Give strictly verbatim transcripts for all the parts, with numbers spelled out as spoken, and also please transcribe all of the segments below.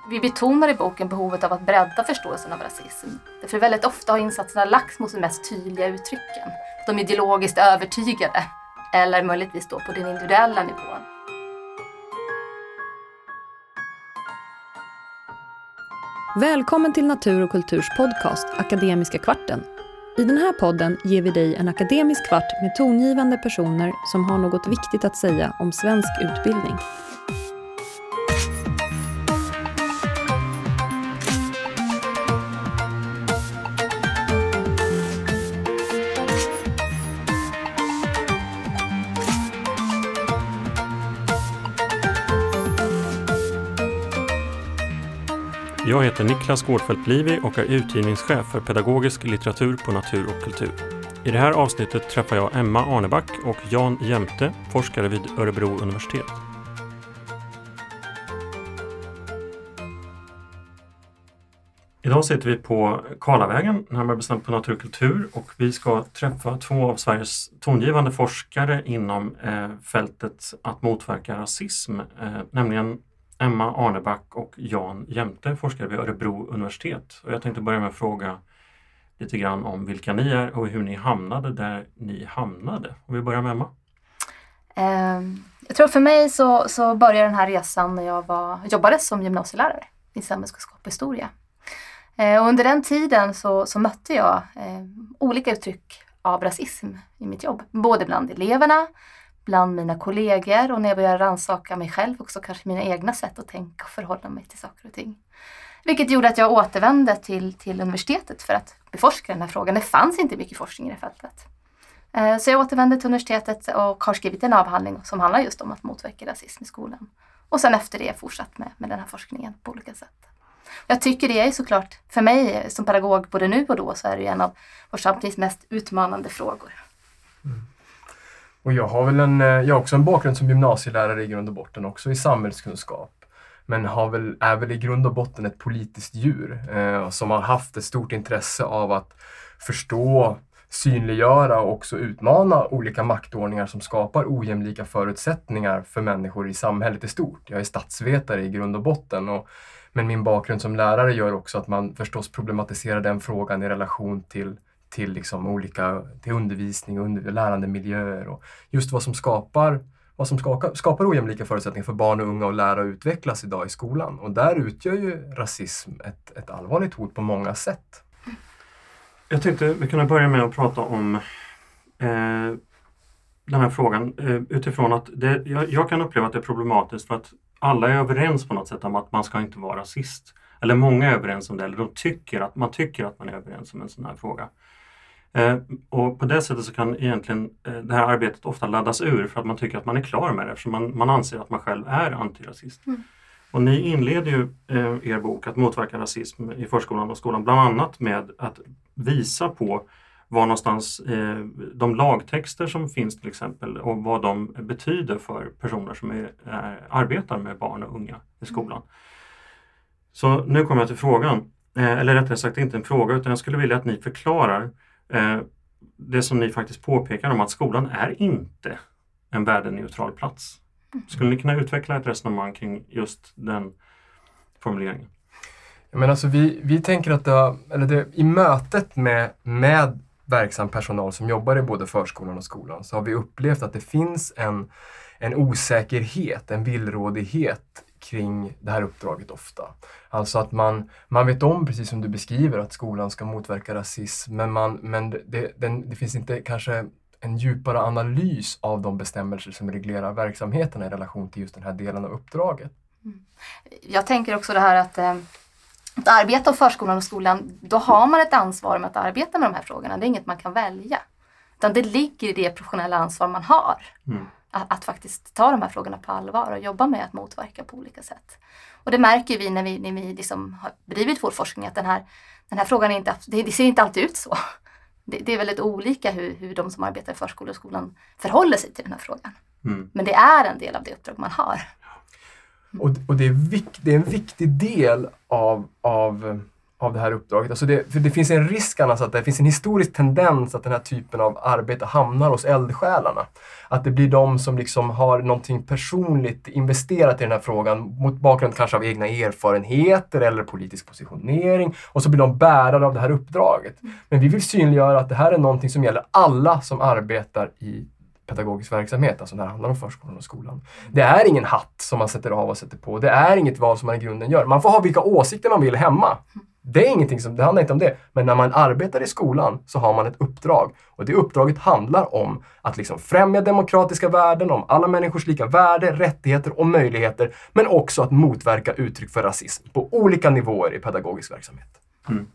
Vi betonar i boken behovet av att bredda förståelsen av rasism. För väldigt ofta har insatserna lagts mot de mest tydliga uttrycken. De ideologiskt övertygade, eller möjligtvis då på den individuella nivån. Välkommen till Natur och kulturs podcast Akademiska kvarten. I den här podden ger vi dig en akademisk kvart med tongivande personer som har något viktigt att säga om svensk utbildning. Jag heter Niklas Gårdfeldt-Livi och är utgivningschef för pedagogisk litteratur på Natur och kultur. I det här avsnittet träffar jag Emma Arneback och Jan Jämte, forskare vid Örebro universitet. Idag sitter vi på Karlavägen, närmare bestämt på Natur och kultur, och vi ska träffa två av Sveriges tongivande forskare inom eh, fältet att motverka rasism, eh, nämligen Emma Arneback och Jan Jämte, forskare vid Örebro universitet. Och jag tänkte börja med att fråga lite grann om vilka ni är och hur ni hamnade där ni hamnade. Och vi börjar med Emma. Um, jag tror för mig så, så började den här resan när jag var, jobbade som gymnasielärare i samhällskunskap och historia. Uh, och under den tiden så, så mötte jag uh, olika uttryck av rasism i mitt jobb. Både bland eleverna, bland mina kollegor och när jag började rannsaka mig själv också, kanske mina egna sätt att tänka och förhålla mig till saker och ting. Vilket gjorde att jag återvände till, till universitetet för att beforska den här frågan. Det fanns inte mycket forskning i det fältet. Så jag återvände till universitetet och har skrivit en avhandling som handlar just om att motverka rasism i skolan. Och sen efter det fortsatt med, med den här forskningen på olika sätt. Jag tycker det är såklart, för mig som pedagog både nu och då, så är det en av vår samtids mest utmanande frågor. Mm. Och jag har väl en, jag har också en bakgrund som gymnasielärare i grund och botten, också i samhällskunskap. Men har väl, är väl i grund och botten ett politiskt djur eh, som har haft ett stort intresse av att förstå, synliggöra och också utmana olika maktordningar som skapar ojämlika förutsättningar för människor i samhället i stort. Jag är statsvetare i grund och botten, och, men min bakgrund som lärare gör också att man förstås problematiserar den frågan i relation till till liksom olika till undervisning och under, lärande miljöer och just vad som skapar vad som skapar, skapar ojämlika förutsättningar för barn och unga att lära och utvecklas idag i skolan. Och där utgör ju rasism ett, ett allvarligt hot på många sätt. Jag tänkte vi kunde börja med att prata om eh, den här frågan eh, utifrån att det, jag, jag kan uppleva att det är problematiskt för att alla är överens på något sätt om att man ska inte vara rasist. Eller många är överens om det, eller de tycker att, man tycker att man är överens om en sån här fråga. Eh, och på det sättet så kan egentligen eh, det här arbetet ofta laddas ur för att man tycker att man är klar med det, eftersom man, man anser att man själv är antirasist. Mm. Och ni inleder ju eh, er bok att motverka rasism i förskolan och skolan bland annat med att visa på vad någonstans eh, de lagtexter som finns till exempel och vad de betyder för personer som är, är, arbetar med barn och unga i skolan. Mm. Så nu kommer jag till frågan, eh, eller rättare sagt inte en fråga, utan jag skulle vilja att ni förklarar eh, det som ni faktiskt påpekar om att skolan är inte en värdeneutral plats. Skulle ni kunna utveckla ett resonemang kring just den formuleringen? Men alltså vi, vi tänker att det, eller det, i mötet med, med verksam personal som jobbar i både förskolan och skolan så har vi upplevt att det finns en, en osäkerhet, en villrådighet kring det här uppdraget ofta. Alltså att man, man vet om, precis som du beskriver, att skolan ska motverka rasism, men, man, men det, den, det finns inte kanske en djupare analys av de bestämmelser som reglerar verksamheterna i relation till just den här delen av uppdraget. Mm. Jag tänker också det här att, eh, att arbeta i förskolan och skolan, då har man ett ansvar med att arbeta med de här frågorna. Det är inget man kan välja. Utan det ligger i det professionella ansvar man har. Mm. Att, att faktiskt ta de här frågorna på allvar och jobba med att motverka på olika sätt. Och det märker vi när vi, när vi liksom har bedrivit vår forskning, att den här, den här frågan är inte, det, det ser inte alltid ut så. Det, det är väldigt olika hur, hur de som arbetar i förskolan och skolan förhåller sig till den här frågan. Mm. Men det är en del av det uppdrag man har. Mm. Och, och det, är vik, det är en viktig del av, av av det här uppdraget. Alltså det, för det finns en risk annars att det finns en historisk tendens att den här typen av arbete hamnar hos eldsjälarna. Att det blir de som liksom har någonting personligt investerat i den här frågan mot bakgrund kanske av egna erfarenheter eller politisk positionering, och så blir de bärare av det här uppdraget. Men vi vill synliggöra att det här är någonting som gäller alla som arbetar i pedagogisk verksamhet, alltså när det handlar om förskolan och skolan. Det är ingen hatt som man sätter av och sätter på. Det är inget val som man i grunden gör. Man får ha vilka åsikter man vill hemma. Det är ingenting som, det handlar inte om det. Men när man arbetar i skolan så har man ett uppdrag. Och det uppdraget handlar om att liksom främja demokratiska värden, om alla människors lika värde, rättigheter och möjligheter. Men också att motverka uttryck för rasism på olika nivåer i pedagogisk verksamhet. Mm.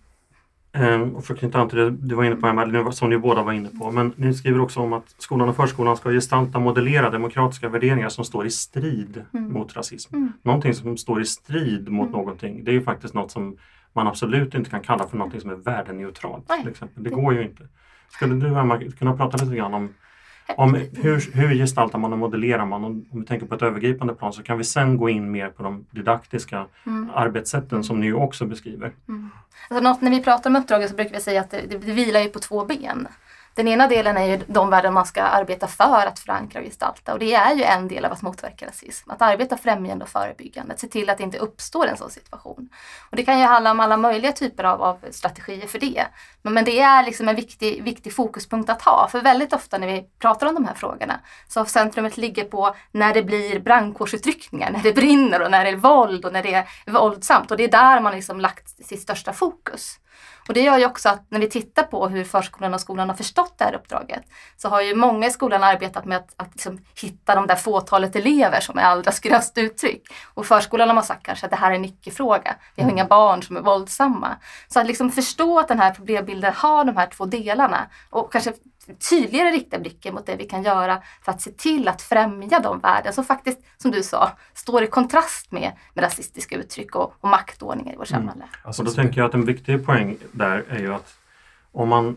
Um, och för att knyta an till det du var inne på, Emma, som ni båda var inne på. Men ni skriver också om att skolan och förskolan ska gestalta och modellera demokratiska värderingar som står i strid mm. mot rasism. Mm. Någonting som står i strid mot mm. någonting, det är ju faktiskt något som man absolut inte kan kalla för någonting som är värdeneutralt. Till exempel. Det går ju inte. Skulle du, Emma, kunna prata lite grann om, om hur, hur gestaltar man och modellerar man? Om, om vi tänker på ett övergripande plan så kan vi sen gå in mer på de didaktiska mm. arbetssätten som ni också beskriver. Mm. Alltså något, när vi pratar om uppdraget så brukar vi säga att det, det, det vilar ju på två ben. Den ena delen är ju de värden man ska arbeta för att förankra och gestalta. Och det är ju en del av att motverka rasism. Att arbeta främjande och förebyggande. Att se till att det inte uppstår en sån situation. Och det kan ju handla om alla möjliga typer av, av strategier för det. Men, men det är liksom en viktig, viktig fokuspunkt att ha. För väldigt ofta när vi pratar om de här frågorna så har centrumet ligger på när det blir brandkårsutryckningar. När det brinner och när det är våld och när det är våldsamt. Och det är där man liksom lagt sitt största fokus. Och det gör ju också att när vi tittar på hur förskolan och skolan har förstått det här uppdraget så har ju många i skolan arbetat med att, att liksom hitta de där fåtalet elever som är allra grövst uttryck. Och förskolan har man sagt kanske att det här är en nyckelfråga. Vi har inga barn som är våldsamma. Så att liksom förstå att den här problembilden har de här två delarna och kanske tydligare rikta blicken mot det vi kan göra för att se till att främja de värden som faktiskt, som du sa, står i kontrast med, med rasistiska uttryck och, och maktordningar i vårt samhälle. Mm. Alltså, då tänker jag att en viktig poäng där är ju att om man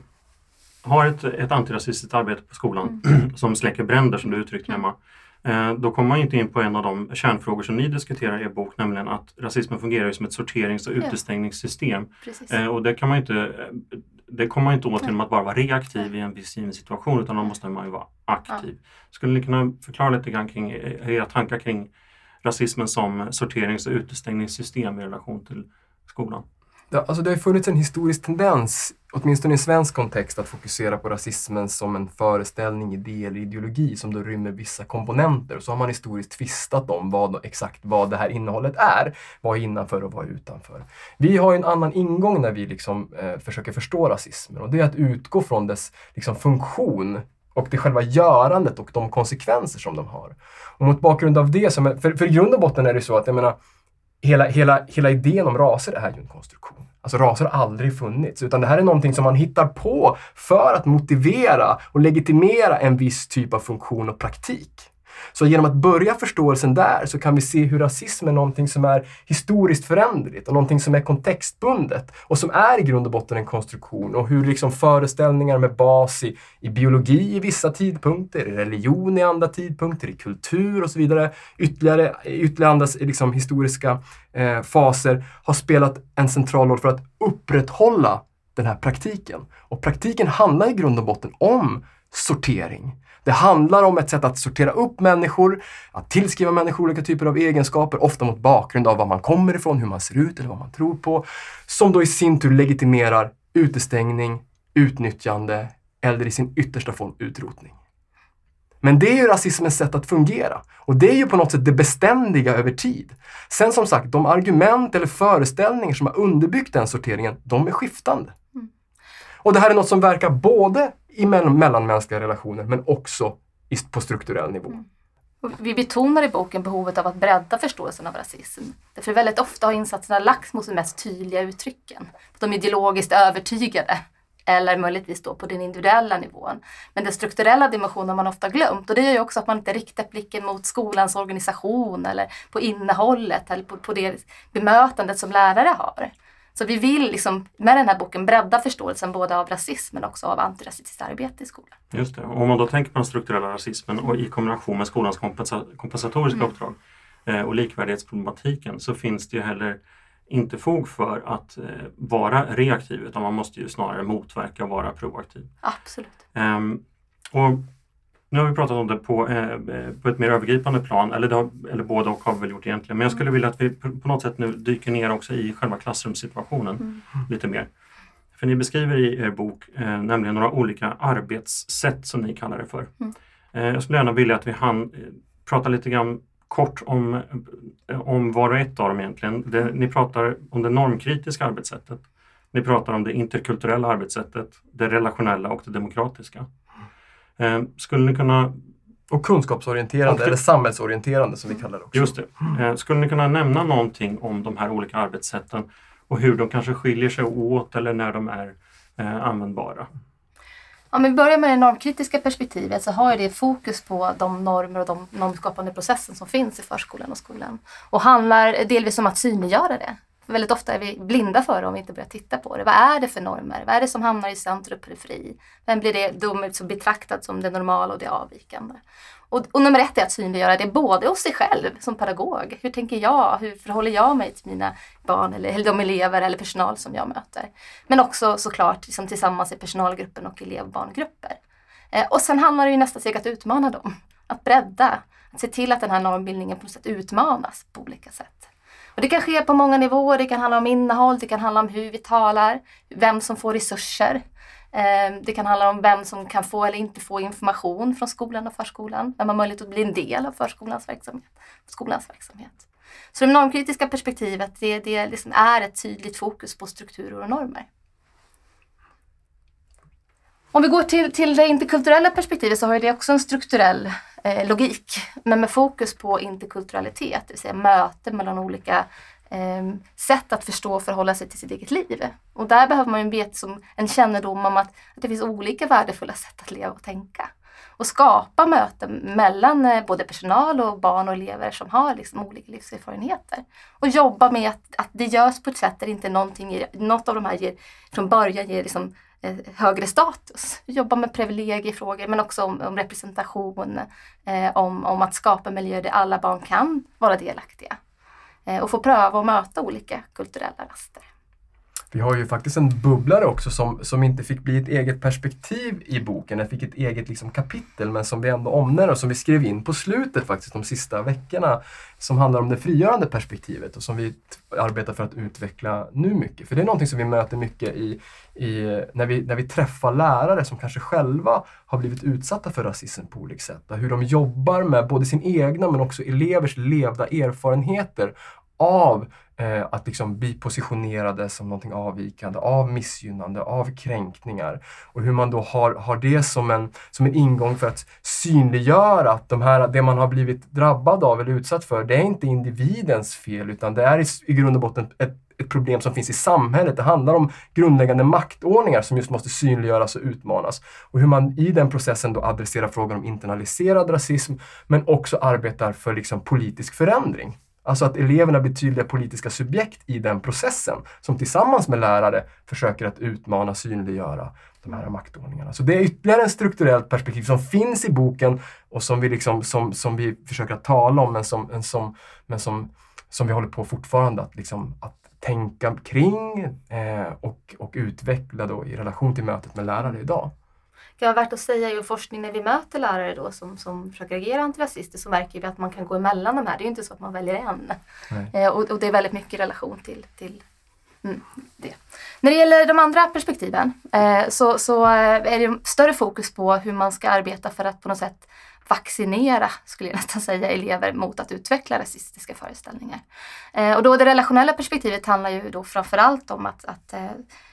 har ett, ett antirasistiskt arbete på skolan mm. som släcker bränder, som du uttryckte, Emma, eh, då kommer man inte in på en av de kärnfrågor som ni diskuterar i er bok, nämligen att rasismen fungerar som ett sorterings- och utestängningssystem. Eh, och det kan man inte... Det kommer man inte åt genom att bara vara reaktiv i en viss given situation, utan då måste man ju vara aktiv. Ja. Skulle ni kunna förklara lite grann kring era tankar kring rasismen som sorterings- och utestängningssystem i relation till skolan? Ja, alltså det har funnits en historisk tendens, åtminstone i svensk kontext, att fokusera på rasismen som en föreställning, idé eller ideologi som då rymmer vissa komponenter. Så har man historiskt tvistat om vad, exakt vad det här innehållet är. Vad är innanför och vad är utanför. Vi har ju en annan ingång när vi liksom, eh, försöker förstå rasismen. Och det är att utgå från dess liksom, funktion och det själva görandet och de konsekvenser som de har. Och mot bakgrund av det, som är, för, för i grund och botten är det så att jag menar, Hela, hela, hela idén om raser är ju en konstruktion. Alltså raser har aldrig funnits, utan det här är någonting som man hittar på för att motivera och legitimera en viss typ av funktion och praktik. Så genom att börja förståelsen där så kan vi se hur rasism är någonting som är historiskt föränderligt och någonting som är kontextbundet och som är i grund och botten en konstruktion, och hur liksom föreställningar med bas i, i biologi i vissa tidpunkter, i religion i andra tidpunkter, i kultur och så vidare, ytterligare, ytterligare andra liksom historiska eh, faser har spelat en central roll för att upprätthålla den här praktiken. Och praktiken handlar i grund och botten om sortering. Det handlar om ett sätt att sortera upp människor, att tillskriva människor olika typer av egenskaper, ofta mot bakgrund av var man kommer ifrån, hur man ser ut eller vad man tror på, som då i sin tur legitimerar utestängning, utnyttjande eller i sin yttersta form utrotning. Men det är ju rasismens sätt att fungera. Och det är ju på något sätt det beständiga över tid. Sen som sagt, de argument eller föreställningar som har underbyggt den sorteringen, de är skiftande. Mm. Och det här är något som verkar både i mellanmänskliga relationer men också på strukturell nivå. Mm. Vi betonar i boken behovet av att bredda förståelsen av rasism. Därför väldigt ofta har insatserna lagts mot de mest tydliga uttrycken. De ideologiskt övertygade. Eller möjligtvis då på den individuella nivån. Men den strukturella dimensionen har man ofta glömt. Och det gör ju också att man inte riktar blicken mot skolans organisation. Eller på innehållet. Eller på, på det bemötandet som lärare har. Så vi vill liksom, med den här boken bredda förståelsen både av rasism men också av antirasistiskt arbete i skolan. Just det. Och om man då tänker på den strukturella rasismen och i kombination med skolans kompensa- kompensatoriska mm. uppdrag eh, och likvärdighetsproblematiken, så finns det ju heller inte fog för att eh, vara reaktiv, utan man måste ju snarare motverka och vara proaktiv. Absolut. Um, och nu har vi pratat om det på, eh, på ett mer övergripande plan, eller, det har, eller båda och har vi väl gjort egentligen. Men jag skulle vilja att vi på, på något sätt nu dyker ner också i själva klassrumssituationen mm. lite mer. För ni beskriver i er bok eh, nämligen några olika arbetssätt som ni kallar det för. Mm. Eh, jag skulle gärna vilja att vi hann eh, prata lite grann kort om, om var och ett av dem egentligen. Det, ni pratar om det normkritiska arbetssättet. Ni pratar om det interkulturella arbetssättet, det relationella och det demokratiska. Eh, skulle ni kunna... Och kunskapsorienterande och det, eller samhällsorienterande som vi kallar det också. Just det. Eh, skulle ni kunna nämna någonting om de här olika arbetssätten och hur de kanske skiljer sig åt eller när de är eh, användbara? Om vi börjar med det normkritiska perspektivet så har det fokus på de normer och de normskapande processen som finns i förskolan och skolan. Och handlar delvis om att synliggöra det. För väldigt ofta är vi blinda för det om vi inte börjar titta på det. Vad är det för normer? Vad är det som hamnar i centrum och periferi? Vem blir det dumt som betraktad som det normala och det avvikande? Och, och nummer ett är att synliggöra det både hos sig själv som pedagog. Hur tänker jag? Hur förhåller jag mig till mina barn eller, eller de elever eller personal som jag möter? Men också såklart liksom, tillsammans i personalgruppen och elevbarngrupper. Eh, och sen handlar det ju nästa steg att utmana dem. Att bredda. Att se till att den här normbildningen på något sätt utmanas på olika sätt. Och det kan ske på många nivåer. Det kan handla om innehåll. Det kan handla om hur vi talar. Vem som får resurser. Det kan handla om vem som kan få eller inte få information från skolan och förskolan. Vem har möjlighet att bli en del av förskolans verksamhet. Skolans verksamhet. Så det normkritiska perspektivet det, det liksom är ett tydligt fokus på strukturer och normer. Om vi går till, till det interkulturella perspektivet så har det också en strukturell eh, logik. Men med fokus på interkulturalitet, det vill säga möte mellan olika eh, sätt att förstå och förhålla sig till sitt eget liv. Och där behöver man ju veta som en kännedom om att, att det finns olika värdefulla sätt att leva och tänka. Och skapa möten mellan eh, både personal och barn och elever som har liksom olika livserfarenheter. Och jobba med att, att det görs på ett sätt där inte någonting ger, något av de här ger, från början ger liksom, eh, högre status. Jobba med privilegiefrågor men också om, om representation, eh, om, om att skapa miljöer där alla barn kan vara delaktiga. Eh, och få pröva och möta olika kulturella raster. Vi har ju faktiskt en bubblare också som, som inte fick bli ett eget perspektiv i boken. Den fick ett eget liksom, kapitel men som vi ändå omnämner och som vi skrev in på slutet faktiskt de sista veckorna. Som handlar om det frigörande perspektivet och som vi t- arbetar för att utveckla nu mycket. För det är någonting som vi möter mycket i, i, när, vi, när vi träffar lärare som kanske själva har blivit utsatta för rasism på olika sätt. Hur de jobbar med både sin egna men också elevers levda erfarenheter av eh, att liksom bli positionerade som någonting avvikande, av missgynnande, av kränkningar. Och hur man då har, har det som en, som en ingång för att synliggöra att de här, det man har blivit drabbad av eller utsatt för, det är inte individens fel utan det är i, i grund och botten ett, ett problem som finns i samhället. Det handlar om grundläggande maktordningar som just måste synliggöras och utmanas. Och hur man i den processen då adresserar frågan om internaliserad rasism men också arbetar för liksom politisk förändring. Alltså att eleverna blir tydliga politiska subjekt i den processen som tillsammans med lärare försöker att utmana, synliggöra de här maktordningarna. Så det är ytterligare en strukturellt perspektiv som finns i boken och som vi, liksom, som, som vi försöker att tala om men som, en som, men som, som vi håller på fortfarande att, liksom, att tänka kring eh, och, och utveckla då i relation till mötet med lärare idag. Det kan vara värt att säga i forskning när vi möter lärare då som, som försöker agera antirasistiskt så märker vi att man kan gå emellan de här. Det är ju inte så att man väljer en. Eh, och, och det är väldigt mycket i relation till, till mm, det. När det gäller de andra perspektiven eh, så, så är det större fokus på hur man ska arbeta för att på något sätt vaccinera, skulle jag nästan säga, elever mot att utveckla rasistiska föreställningar. Eh, och då det relationella perspektivet handlar ju då framförallt om att, att eh,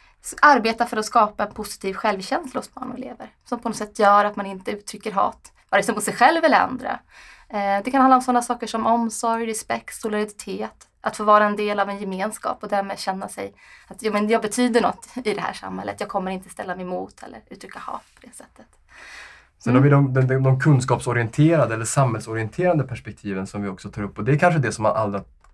arbeta för att skapa en positiv självkänsla hos barn och elever. Som på något sätt gör att man inte uttrycker hat, vare sig mot sig själv eller andra. Eh, det kan handla om sådana saker som omsorg, respekt, solidaritet. Att få vara en del av en gemenskap och därmed känna sig att ja, men jag betyder något i det här samhället. Jag kommer inte ställa mig emot eller uttrycka hat på det sättet. Sen har vi de, de, de kunskapsorienterade eller samhällsorienterande perspektiven som vi också tar upp. Och det är kanske det som man allra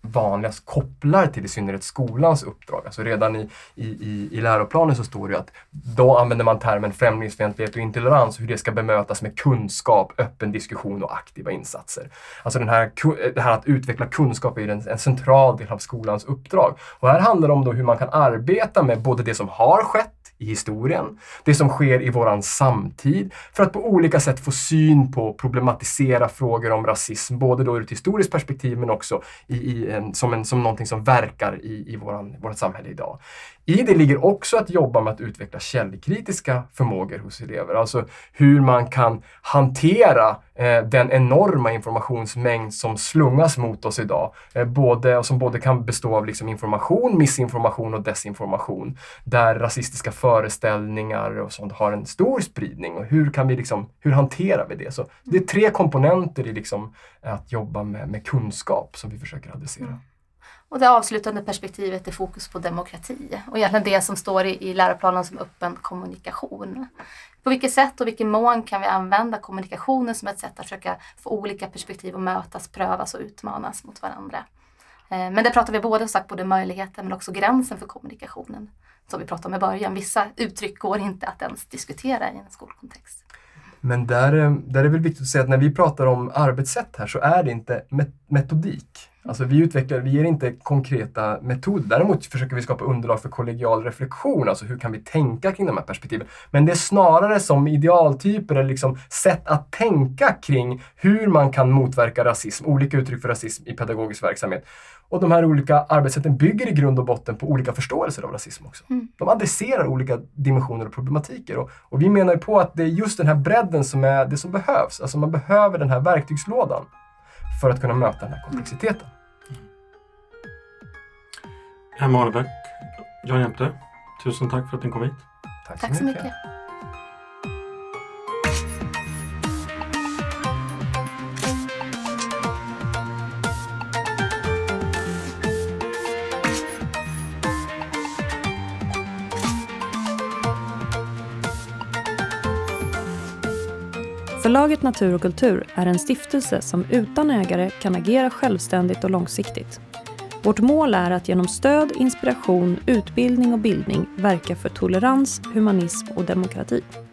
vanligast kopplar till i synnerhet skolans uppdrag. Alltså redan i, i, i, i läroplanen så står det att då använder man termen främlingsfientlighet och intolerans och hur det ska bemötas med kunskap, öppen diskussion och aktiva insatser. Alltså den här, det här att utveckla kunskap är en, en central del av skolans uppdrag. Och här handlar det om då hur man kan arbeta med både det som har skett i historien, det som sker i våran samtid, för att på olika sätt få syn på, problematisera frågor om rasism, både då ur ett historiskt perspektiv men också i, i en, som, en, som någonting som verkar i, i våran, vårt samhälle idag. I det ligger också att jobba med att utveckla källkritiska förmågor hos elever. Alltså hur man kan hantera eh, den enorma informationsmängd som slungas mot oss idag. Eh, både, och som både kan bestå av liksom information, missinformation och desinformation. Där rasistiska föreställningar och sånt har en stor spridning. Och hur kan vi liksom, hur hanterar vi det? Så det är tre komponenter i liksom att jobba med, med kunskap som vi försöker adressera. Mm. Och det avslutande perspektivet är fokus på demokrati. Och egentligen det som står i, i läroplanen som öppen kommunikation. På vilket sätt och vilken mån kan vi använda kommunikationen som ett sätt att försöka få olika perspektiv att mötas, prövas och utmanas mot varandra. Eh, men det pratar vi både sagt både möjligheten men också gränsen för kommunikationen. Som vi pratade om i början. Vissa uttryck går inte att ens diskutera i en skolkontext. Men där, där är det väl viktigt att säga att när vi pratar om arbetssätt här så är det inte metodik. Alltså vi utvecklar, vi ger inte konkreta metoder. Däremot försöker vi skapa underlag för kollegial reflektion. Alltså hur kan vi tänka kring de här perspektiven. Men det är snarare som idealtyper eller liksom sätt att tänka kring hur man kan motverka rasism. Olika uttryck för rasism i pedagogisk verksamhet. Och de här olika arbetssätten bygger i grund och botten på olika förståelser av rasism också. Mm. De adresserar olika dimensioner och problematiker. Och, och vi menar ju på att det är just den här bredden som är det som behövs. Alltså man behöver den här verktygslådan för att kunna möta den här komplexiteten. Emma Ahlbeck, Jan Jämte, tusen tack för att ni kom hit. Tack, tack så mycket. mycket. Förlaget Natur och kultur är en stiftelse som utan ägare kan agera självständigt och långsiktigt. Vårt mål är att genom stöd, inspiration, utbildning och bildning verka för tolerans, humanism och demokrati.